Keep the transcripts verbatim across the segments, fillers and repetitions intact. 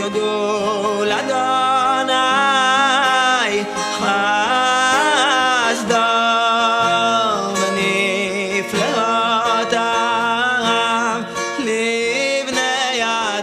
גדול אדוני חסדו ונפלאותיו לבני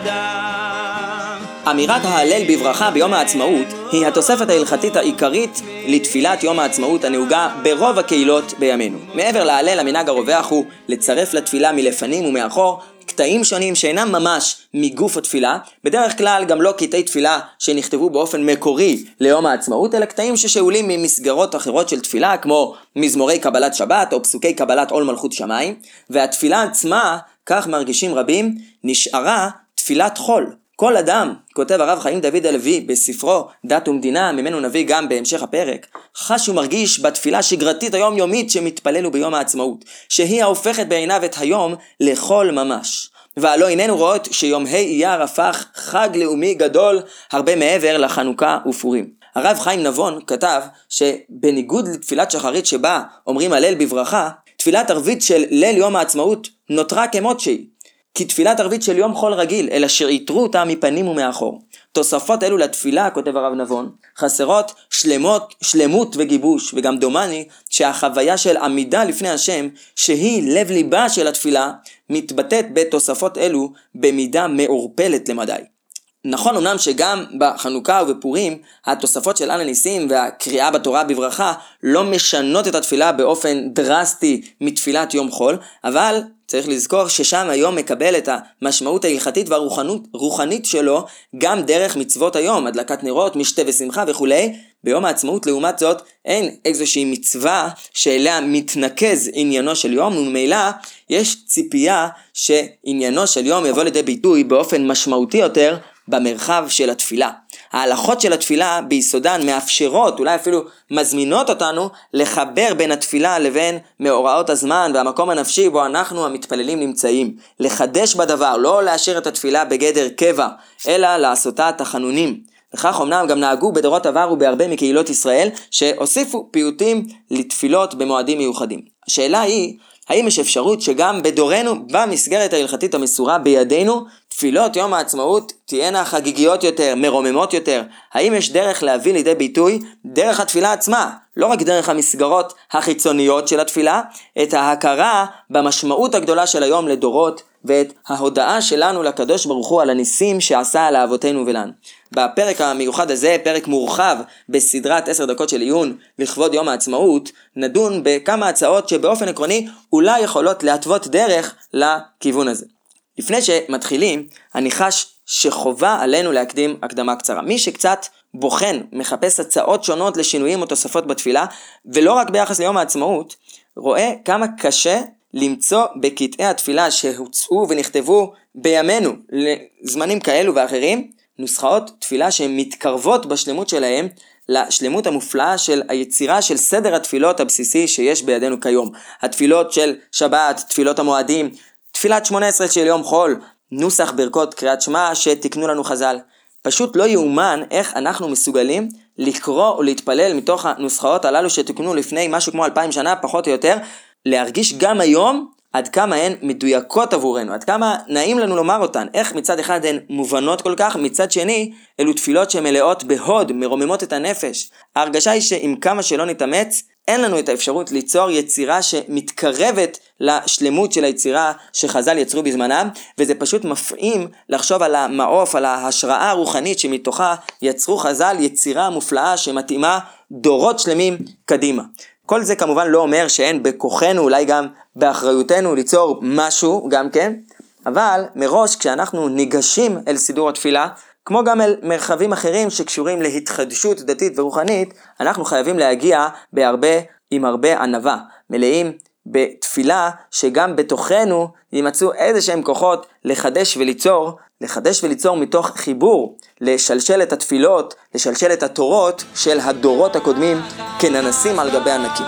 אדם. אמירת ההלל בברכה ביום העצמאות היא התוספת ההלכתית העיקרית לתפילת יום העצמאות הנהוגה ברוב הקהילות בימינו. מעבר להלל, המנהג הרווח הוא לצרף לתפילה מלפנים ומאחור קטעים שונים שאינם ממש מגוף התפילה, בדרך כלל גם לא קטעי תפילה שנכתבו באופן מקורי ליום העצמאות, אלא קטעים ששאולים ממסגרות אחרות של תפילה, כמו מזמורי קבלת שבת או פסוקי קבלת עול מלכות שמיים, והתפילה עצמה, כך מרגישים רבים, נשארה תפילת חול. כל אדם, כותב הרב חיים דוד הלוי בספרו דת ומדינה, ממנו נביא גם בהמשך הפרק, חש ומרגיש בתפילה שגרתית היומיומית שמתפללו ביום העצמאות, שהיא ההופכת בעיניו את היום לחול ממש. והלא איננו רואות שיום ה' אייר הפך חג לאומי גדול הרבה מעבר לחנוכה ופורים. הרב חיים נבון כתב שבניגוד לתפילת שחרית שבה אומרים הלל בברכה, תפילת ערבית של ליל יום העצמאות נותרה כמות שהיא. כי תפילת ערבית של יום חול רגיל, אלא שיתרו אותה מפנים ומאחור. תוספות אלו לתפילה, כותב הרב נבון, חסרות שלמות, שלמות וגיבוש, וגם דומני שהחוויה של עמידה לפני השם, שהיא לב ליבה של התפילה, מתבטאת בתוספות אלו במידה מעורפלת למדי. נכון אמנם שגם בחנוכה ובפורים, התוספות של על הניסים והקריאה בתורה בברכה לא משנות את התפילה באופן דרסטי מתפילת יום חול, אבל צריך לזכור ששם היום מקבל את המשמעות ההלכתית והרוחנית שלו גם דרך מצוות היום, הדלקת נרות, משתה ושמחה וכו'. ביום העצמאות לעומת זאת אין איזושהי מצווה שאליה מתנקז עניינו של יום, וממילא יש ציפייה שעניינו של יום יבוא לידי ביטוי באופן משמעותי יותר במרחב של התפילה. ההלכות של התפילה ביסודן מאפשרות, אולי אפילו מזמינות אותנו לחבר בין התפילה לבין מאורעות הזמן והמקום הנפשי בו אנחנו המתפללים נמצאים. לחדש בדבר, לא להשאיר את התפילה בגדר קבע, אלא לעשותה תחנונים. וכך אמנם גם נהגו בדורות עבר ובהרבה מקהילות ישראל שהוסיפו פיוטים לתפילות במועדים מיוחדים. השאלה היא, האם יש אפשרות שגם בדורנו, במסגרת ההלכתית המסורה בידינו, תפילות יום העצמאות תהיינה חגיגיות יותר, מרוממות יותר? האם יש דרך להביא לידי ביטוי דרך התפילה עצמה, לא רק דרך המסגרות החיצוניות של התפילה, את ההכרה במשמעות הגדולה של היום לדורות, ואת ההודעה שלנו לקדוש ברוך הוא על הניסים שעשה על אבותינו ולנו. בפרק המיוחד הזה, פרק מורחב בסדרת עשר דקות של עיון לכבוד יום העצמאות, נדון בכמה הצעות שבאופן עקרוני אולי יכולות להתוות דרך לכיוון הזה. לפני שמתחילים, אני חש שחובה עלינו להקדים הקדמה קצרה. מי שקצת בוחן, מחפש הצעות שונות לשינויים או תוספות בתפילה, ולא רק ביחס ליום העצמאות, רואה כמה קשה למצוא בקטעי התפילה שהוצאו ונכתבו בימינו לזמנים כאלו ואחרים, נוסחאות תפילה שהן מתקרבות בשלמות שלהם לשלמות המופלאה של היצירה של סדר התפילות הבסיסי שיש בידינו כיום. התפילות של שבת, תפילות המועדים, תפילת שמונה עשרה של יום חול, נוסח ברכות קריאת שמע שתקנו לנו חז"ל. פשוט לא יאומן איך אנחנו מסוגלים לקרוא ולהתפלל מתוך הנוסחאות הללו שתקנו לפני משהו כמו אלפיים שנה פחות או יותר, להרגיש גם היום עד כמה הן מדויקות עבורנו, עד כמה נעים לנו לומר אותן, איך מצד אחד הן מובנות כל כך, מצד שני אלו תפילות שמלאות בהוד, מרוממות את הנפש. ההרגשה היא שעם כמה שלא נתאמץ, אין לנו את האפשרות ליצור יצירה שמתקרבת לשלמות של היצירה שחז"ל יצרו בזמנם, וזה פשוט מפעים לחשוב על המעוף, על ההשראה הרוחנית שמתוכה יצרו חז"ל יצירה מופלאה שמתאימה דורות שלמים קדימה. כל זה כמובן לא אומר שאין בכוחנו, אולי גם באחריותנו ליצור משהו גם כן, אבל מראש כשאנחנו ניגשים אל סידור התפילה, כמו גם אל מרחבים אחרים שקשורים להתחדשות דתית ורוחנית, אנחנו חייבים להגיע בהרבה, עם הרבה ענווה, מלאים בתפילה שגם בתוכנו יימצאו איזה שהם כוחות לחדש וליצור, לחדש וליצור מתוך חיבור, לשלשל את התפילות, לשלשל את התורות של הדורות הקודמים כננסים על גבי ענקים.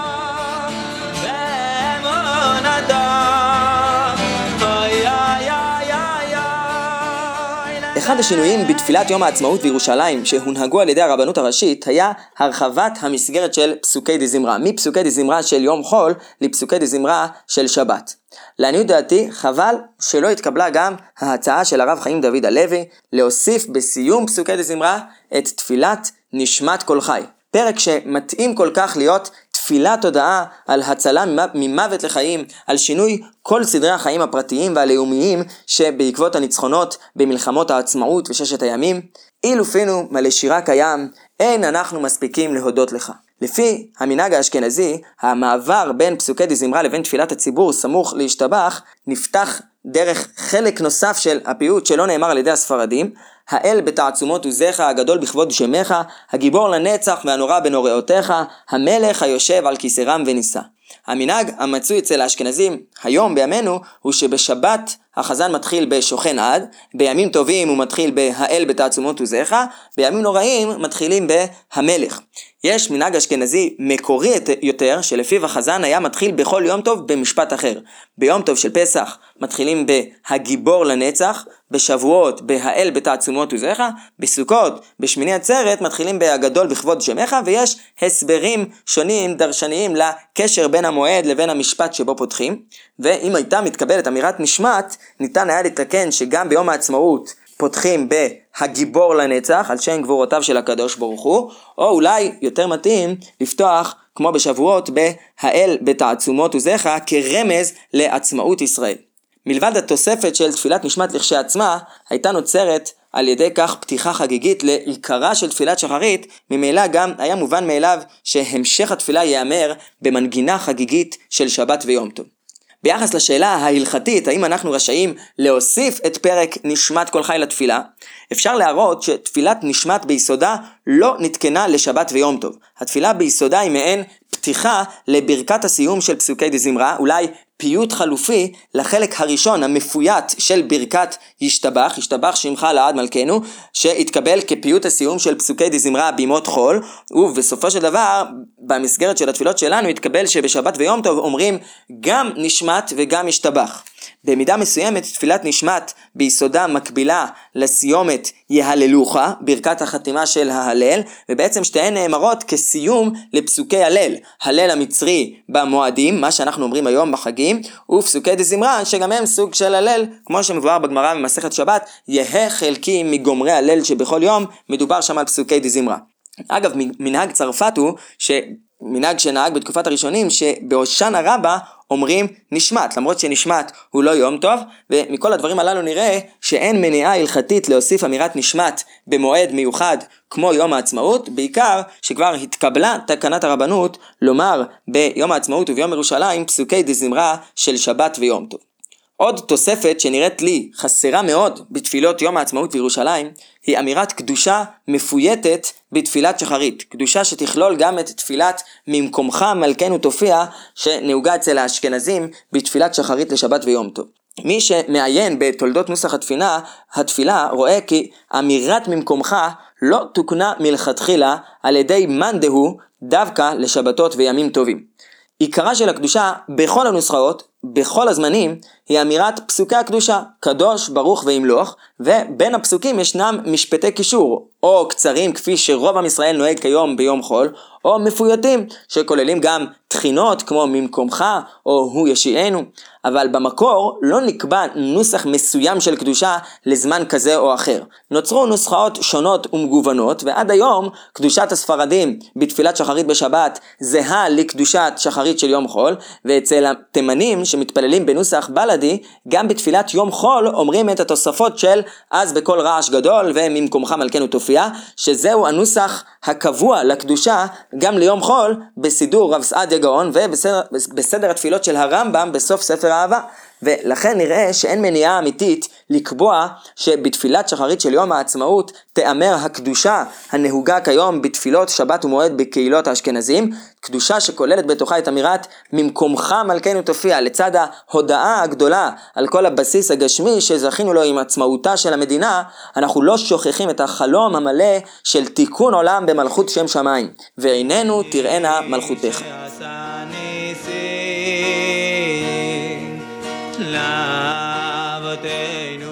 אחד השינויים בתפילת יום העצמאות בירושלים שהונהגו על ידי הרבנות הראשית היה הרחבת המסגרת של פסוקי דזמרה, מפסוקי דזמרה של יום חול לפסוקי דזמרה של שבת. לעניות דעתי חבל שלא התקבלה גם ההצעה של הרב חיים דוד הלוי להוסיף בסיום פסוקי דזמרה את תפילת נשמת כל חי, פרק שמתאים כל כך להיות תפילת הודעה על הצלה ממוות לחיים, על שינוי כל סדרי החיים הפרטיים והלאומיים שבעקבות הניצחונות במלחמות העצמאות וששת הימים. אילו פינו מלא שירה קיים, אין אנחנו מספיקים להודות לך. לפי המנהג האשכנזי, המעבר בין פסוקי דזמרה לבין תפילת הציבור סמוך להשתבח נפתח דרך חלק נוסף של הפיוט שלא נאמר על ידי הספרדים, האל בתעצומות עוזך, הגדול בכבוד שמך, הגיבור לנצח והנורא בנוראותיך, המלך היושב על כיסא רם ונישא. המנהג המצוי אצל האשכנזים היום בימינו הוא שבשבת החזן מתחיל בשוכן עד, בימים טובים הוא מתחיל בהאל בתעצומות עוזך, בימים נוראים מתחילים בהמלך. יש מנהג אשכנזי מקורי יותר שלפיו החזן היה מתחיל בכל יום טוב במשפט אחר. ביום טוב של פסח מתחילים בהגיבור לנצח, בשבועות בהאל בתעצומות עוזך, בסוכות בשמיני עצרת מתחילים בהגדול בכבוד שמך, ויש הסברים שונים דרשניים לקשר בין המועד לבין המשפט שבו פותחים. ואם הייתה מתקבלת אמירת נשמת, ניתן היה לתקן שגם ביום העצמאות פותחים בהגיבור לנצח על שם גבורותיו של הקדוש ברוך הוא, או אולי יותר מתאים לפתוח כמו בשבועות בהאל בתעצומות עוזך כרמז לעצמאות ישראל. מלבד התוספת של תפילת נשמת לכשעצמה, הייתה נוצרת על ידי כך פתיחה חגיגית לעיקרה של תפילת שחרית, ממילא גם היה מובן מאליו שהמשך התפילה ייאמר במנגינה חגיגית של שבת ויום טוב. ביחס לשאלה ההלכתית, האם אנחנו רשאים להוסיף את פרק נשמת כל חי לתפילה, אפשר להראות שתפילת נשמת ביסודה לא נתקנה לשבת ויום טוב. התפילה ביסודה היא מעין פתיחה לברכת הסיום של פסוקי דזמרה, אולי פיוט חלופי לחלק הראשון המפוית של ברכת ישתבח, ישתבח שמך לעד מלכנו, שהתקבל כפיוט הסיום של פסוקי דזמרה בימות חול, ובסופו של דבר במסגרת של התפילות שלנו התקבל שבשבת ויום טוב אומרים גם נשמת וגם ישתבח. במידה מסוימת תפילת נשמת ביסודה מקבילה לסיומת יהללוך, ברכת החתימה של ההלל, ובעצם שתיהן נאמרות כסיום לפסוקי הלל, הלל המצרי במועדים, מה שאנחנו אומרים היום בחגים, ופסוקי דזמרה שגם הם סוג של הלל, כמו שמבואר בגמרא במסכת שבת, יהא חלקי מגומרי הלל שבכל יום, מדובר שם על פסוקי דזמרה. אגב, מנהג צרפת הוא ש... מנהג שנהג בתקופת הראשונים שבהושענא רבה אומרים נשמת, למרות שנשמת הוא לא יום טוב, ומכל הדברים הללו נראה שאין מניעה הלכתית להוסיף אמירת נשמת במועד מיוחד כמו יום העצמאות, בעיקר שכבר התקבלה תקנת הרבנות לומר ביום העצמאות וביום ירושלים פסוקי דזמרה של שבת ויום טוב. עוד תוספת שנראית לי חסרה מאוד בתפילות יום העצמאות וירושלים היא אמירת קדושה מפויטת בתפילת שחרית, קדושה שתכלול גם את תפילת ממקומך מלכנו תופיע שנהוגה אצל האשכנזים בתפילת שחרית לשבת ויום טוב. מי שמעיין בתולדות נוסח התפילה, התפילה רואה כי אמירת ממקומך לא תוקנה מלכתחילה על ידי מאן דהוא דווקא לשבתות וימים טובים. עיקרה של הקדושה בכל הנוסחאות, בכל הזמנים, היא אמירת פסוקי הקדושה, קדוש, ברוך וימלוך, ובין הפסוקים ישנם משפטי קישור, או קצרים כפי שרוב עם ישראל נוהג כיום ביום חול, או מפויטים שכוללים גם תחינות כמו ממקומך או הוא ישיענו, אבל במקור לא נקבע נוסח מסוים של קדושה לזמן כזה או אחר. נוצרו נוסחאות שונות ומגוונות, ועד היום קדושת הספרדים בתפילת שחרית בשבת זהה לקדושת שחרית של יום חול, ואצל התימנים שמתפללים בנוסח בלדי, גם בתפילת יום חול אומרים את התוספות של אז בכל רעש גדול וממקומך מלכנו תופיע, שזהו הנוסח הקבוע לקדושה גם ליום חול בסידור רב סעדיה גאון ובסדר בסדר התפילות של הרמב"ם בסוף ספר אהבה. ולכן נראה שאין מניעה אמיתית לקבוע שבתפילת שחרית של יום העצמאות תאמר הקדושה הנהוגה כיום בתפילות שבת ומועד בקהילות האשכנזים, קדושה שכוללת בתוכה את אמירת ממקומך מלכנו תופיע, לצד ההודעה הגדולה על כל הבסיס הגשמי שזכינו לו עם עצמאותה של המדינה. אנחנו לא שוכחים את החלום המלא של תיקון עולם במלכות שם שמיים, ועינינו תראינה מלכותך.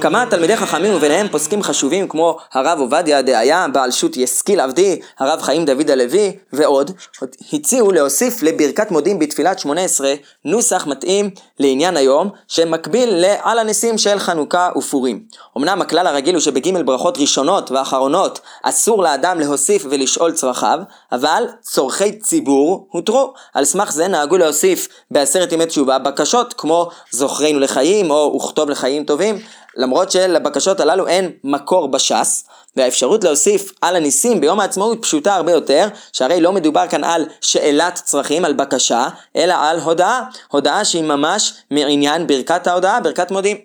כמה תלמידי חכמים וביניהם פוסקים חשובים כמו הרב עובדיה דאיה, בעל שו"ת יסקיל עבדי, הרב חיים דוד הלוי ועוד, הציעו להוסיף לברכת מודים בתפילת שמונה עשרה נוסח מתאים לעניין היום שמקביל לעל הניסים של חנוכה ופורים. אמנם הכלל הרגיל הוא שבג' ברכות ראשונות ואחרונות אסור לאדם להוסיף ולשאול צרכיו, אבל צורכי ציבור הותרו. על סמך זה נהגו להוסיף בעשרת ימי תשובה בקשות כמו זוכרנו לחיים או וכתוב לחיים טובים, למרות שלבקשות הללו אין מקור בש"ס, והאפשרות להוסיף על הניסים ביום העצמאות פשוטה הרבה יותר, שהרי לא מדובר כאן על שאלת צרכים, על בקשה, אלא על הודעה, הודעה שהיא ממש מעניין ברכת ההודעה, ברכת מודים.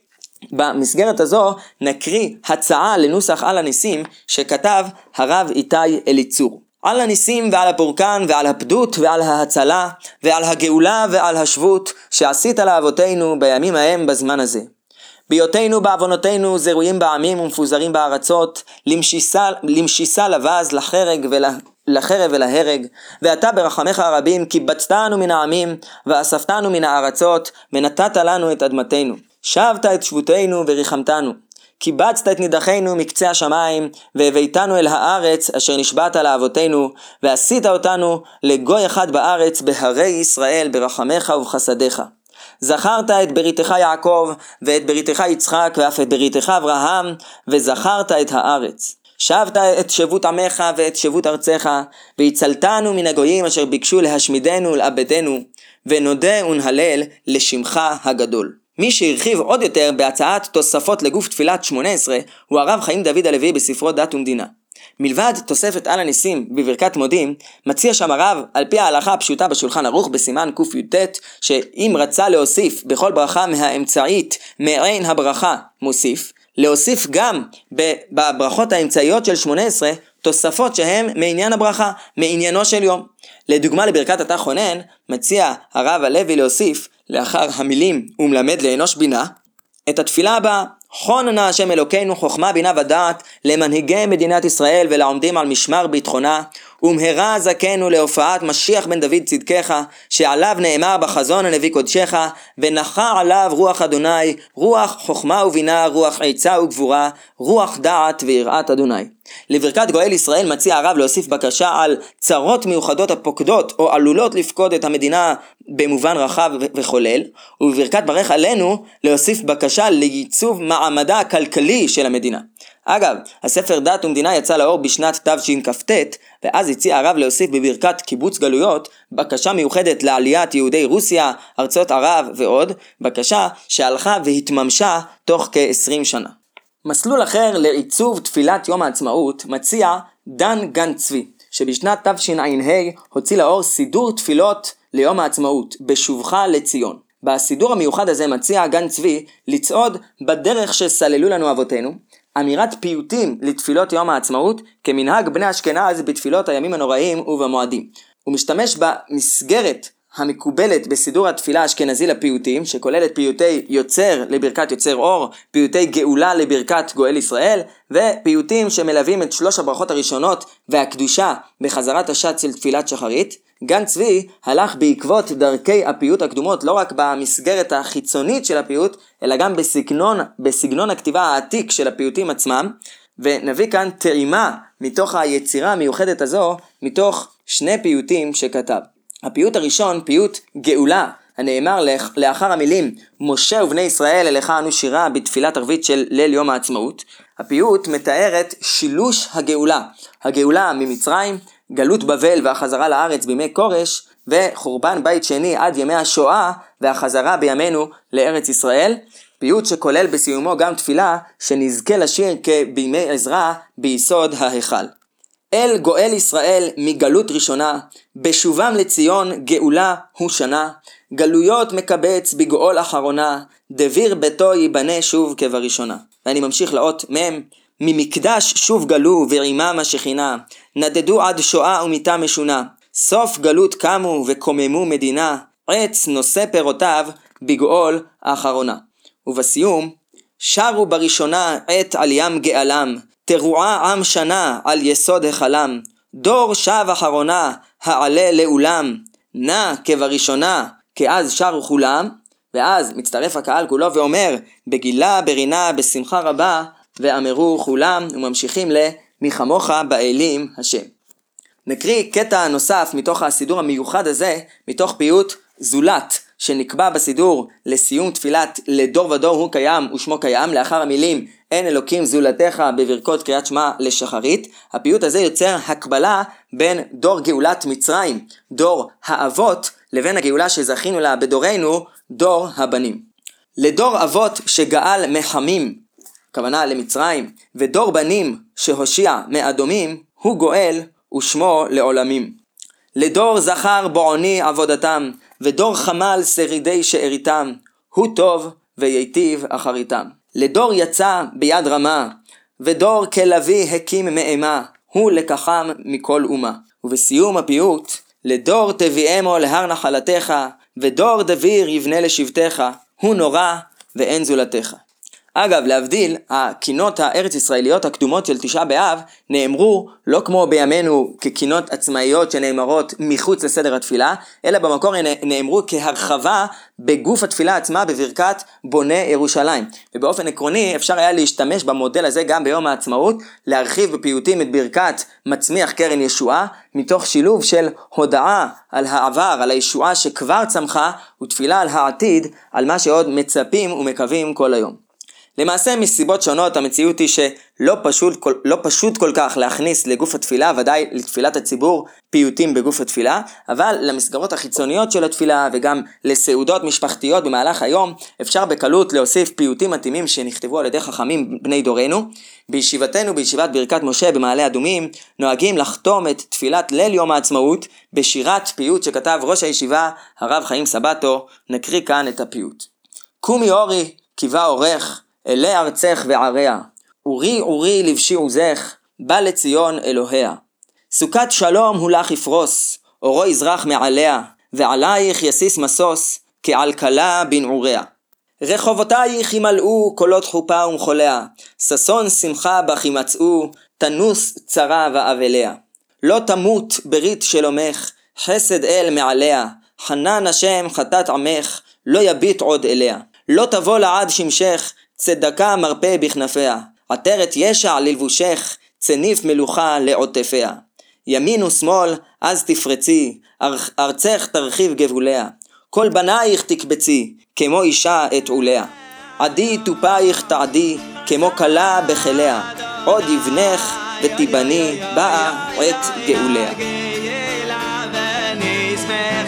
במסגרת הזו נקריא הצעה לנוסח על הניסים שכתב הרב איתי אליצור. על הניסים ועל הפורקן ועל הפדות ועל ההצלה ועל הגאולה ועל השבות שעשית לאבותינו בימים ההם בזמן הזה. בהיותנו בעוונותינו זרועים בעמים ומפוזרים בארצות, למשיסה, למשיסה לבז לחרג ול... לחרב ולהרג, ואתה ברחמך הרבים קיבצתנו מן העמים ואספתנו מן הארצות ונתת לנו את אדמתנו. שבת את שבותנו וריחמתנו. קיבצת את נידחינו מקצה השמיים והביתנו אל הארץ אשר נשבעת לאבותינו, ועשית אותנו לגוי אחד בארץ בהרי ישראל ברחמך ובחסדיך. זכרת את בריתך יעקב ואת בריתך יצחק ואף את בריתך אברהם, וזכרת את הארץ. שבת את שבות עמך ואת שבות ארצך, והצלתנו מן הגויים אשר ביקשו להשמידנו ולאבדנו, ונודה ונהלל לשמך הגדול. מי שהרחיב עוד יותר בהצעת תוספות לגוף תפילת שמונה עשרה הוא הרב חיים דוד הלוי בספרו דת ומדינה. מלבד תוספת על הניסים בברכת מודים, מציע שם הרב על פי ההלכה הפשוטה בשולחן ערוך בסימן קי"ט, שאם רצה להוסיף בכל ברכה מהאמצעית מעין הברכה מוסיף, להוסיף גם בברכות האמצעיות של שמונה עשרה תוספות שהן מעניין הברכה, מעניינו של יום. לדוגמה לברכת אתה חונן, מציע הרב הלוי להוסיף לאחר המילים ומלמד לאנוש בינה את התפילה הבאה: חון נא השם אלוקינו חוכמה בינה ודעת למנהיגי מדינת ישראל ולעומדים על משמר ביטחונה, ומהרה זכנו להופעת משיח בן דוד צדקך, שעליו נאמר בחזון הנביא קודשך, ונחה עליו רוח אדוני, רוח חוכמה ובינה, רוח עצה וגבורה, רוח דעת ויראת אדוני. לברכת גואל ישראל מציע הרב להוסיף בקשה על צרות מיוחדות הפוקדות או עלולות לפקוד את המדינה במובן רחב וכולל, ובברכת ברך עלינו להוסיף בקשה לייצוב מעמדה הכלכלי של המדינה. אגב, הספר דת ומדינה יצא לאור בשנת תשכ"ט, ואז הציע הרב להוסיף בברכת קיבוץ גלויות בקשה מיוחדת לעליית יהודי רוסיה, ארצות ערב ועוד, בקשה שהלכה והתממשה תוך כ-עשרים שנה. מסלול אחר לעיצוב תפילת יום העצמאות מציע דן גן צבי, שבשנת תשע"ה הוציא לאור סידור תפילות ליום העצמאות בשובך לציון. בסידור המיוחד הזה מציע גן צבי לצעוד בדרך שסללו לנו אבותינו, אמירת פיוטים לתפילות יום העצמאות כמנהג בני אשכנז בתפילות הימים הנוראים ובמועדים. הוא משתמש במסגרת המקובלת בסידור התפילה האשכנזי לפיוטים, שכוללת פיוטי יוצר לברכת יוצר אור, פיוטי גאולה לברכת גואל ישראל, ופיוטים שמלווים את שלוש הברכות הראשונות והקדושה בחזרת השץ של תפילת שחרית. גן צבי הלך בעקבות דרכי הפיוט הקדומות לא רק במסגרת החיצונית של הפיוט, אלא גם בסגנון, בסגנון הכתיבה העתיק של הפיוטים עצמם, ונביא כאן טעימה מתוך היצירה המיוחדת הזו, מתוך שני פיוטים שכתב. הפיוט הראשון, פיוט גאולה, הנאמר לאחר המילים משה ובני ישראל אליך אנו שירה בתפילת ערבית של ליל יום העצמאות. הפיוט מתאר את שילוש הגאולה, הגאולה ממצרים, גלות בבל והחזרה לארץ בימי קורש, וחורבן בית שני עד ימי השואה והחזרה בימינו לארץ ישראל. פיוט שכולל בסיומו גם תפילה שנזכה לשיר כבימי עזרא ביסוד ההיכל. אל גואל ישראל מגלות ראשונה, בשובם לציון גאולה הוא שנה, גלויות מקבץ בגאול אחרונה, דביר ביתו ייבנה שוב כבראשונה. ואני ממשיך לאות מם, ממקדש שוב גלו ועימם השכינה, נדדו עד שואה ומיתה משונה, סוף גלות קמו וקוממו מדינה, עץ נושא פירותיו בגאול האחרונה. ובסיום, שרו בראשונה עת על ים גאלם, תרועה עם שנה על יסוד החלם, דור שב אחרונה העלה לאולם, נע כבראשונה כאז שרו כולם, ואז מצטרף הקהל כולו ואומר, בגילה, ברינה, בשמחה רבה, ואמרו כולם, וממשיכים ל, מי כמוך באלים השם. נקריא קטע נוסף מתוך הסידור המיוחד הזה, מתוך פיוט זולת, שנקבע בסידור לסיום תפילת לדור ודור הוא קיים ושמו קיים, לאחר המילים אין אלוקים זולתך בברכות קריאת שמע לשחרית. הפיוט הזה יוצר הקבלה בין דור גאולת מצרים, דור האבות, לבין הגאולה שזכינו לה בדורנו, דור הבנים. לדור אבות שגאל מחמים, כוונה למצרים, ודור בנים שהושיע מאדומים, הוא גואל ושמו לעולמים. לדור זכר בועני עבודתם, ודור חמל שרידי שאריתם, הוא טוב וייטיב אחריתם. לדור יצא ביד רמה, ודור כלבי הקים מאמה, הוא לקחם מכל אומה. ובסיום הפיוט, לדור תביאמו להר נחלתך, ודור דביר יבנה לשבתך, הוא נורא ואין זולתך. אגב, להבדיל, הקינות הארץ ישראליות הקדומות של תשעה באב נאמרו לא כמו בימינו כקינות עצמאיות שנאמרות מחוץ לסדר התפילה, אלא במקור נאמרו כהרחבה בגוף התפילה עצמה בברכת בונה ירושלים. ובאופן עקרוני אפשר היה להשתמש במודל הזה גם ביום העצמאות, להרחיב בפיוטים את ברכת מצמיח קרן ישועה, מתוך שילוב של הודעה על העבר, על הישועה שכבר צמחה, ותפילה על העתיד, על מה שעוד מצפים ומקווים כל היום. למעשה מסיבות שונות המציאות היא שלא פשוט, לא פשוט כל כך להכניס לגוף התפילה, ודאי לתפילת הציבור, פיוטים בגוף התפילה, אבל למסגרות החיצוניות של התפילה וגם לסעודות משפחתיות במהלך היום אפשר בקלות להוסיף פיוטים מתאימים שנכתבו על ידי חכמים בני דורנו. בישיבתנו, בישיבת ברכת משה במעלה אדומים, נוהגים לחתום את תפילת ליל יום העצמאות בשירת פיוט שכתב ראש הישיבה הרב חיים סבתו. נקריא כאן את הפיוט. קומי אורי קיבה אורך אלי ארצך ועריה, אורי אורי לבשי עוזך, בא לציון אלוהיה. סוכת שלום הוא לך יפרוס, אורו יזרח מעליה, ועלייך יסיס מסוס, כעל כלה בנעוריה. רחובותייך ימלאו קולות חופה ומחוליה, ששון שמחה בך ימצאו, תנוס צרה ואבליה. לא תמות ברית שלומך, חסד אל מעליה, חנן השם חטאת עמך, לא יביט עוד אליה. לא תבוא לעד שמשך, צדקה מרפא בכנפיה, עטרת ישע ללבושך, צניף מלוכה לעוטפיה. ימין ושמאל אז תפרצי, ארצך תרחיב גבוליה, כל בנייך תקבצי, כמו אישה את עוליה. עדי טופייך תעדי, כמו כלה בחיליה, עוד יבנך ותיבני, באה עת גאוליה.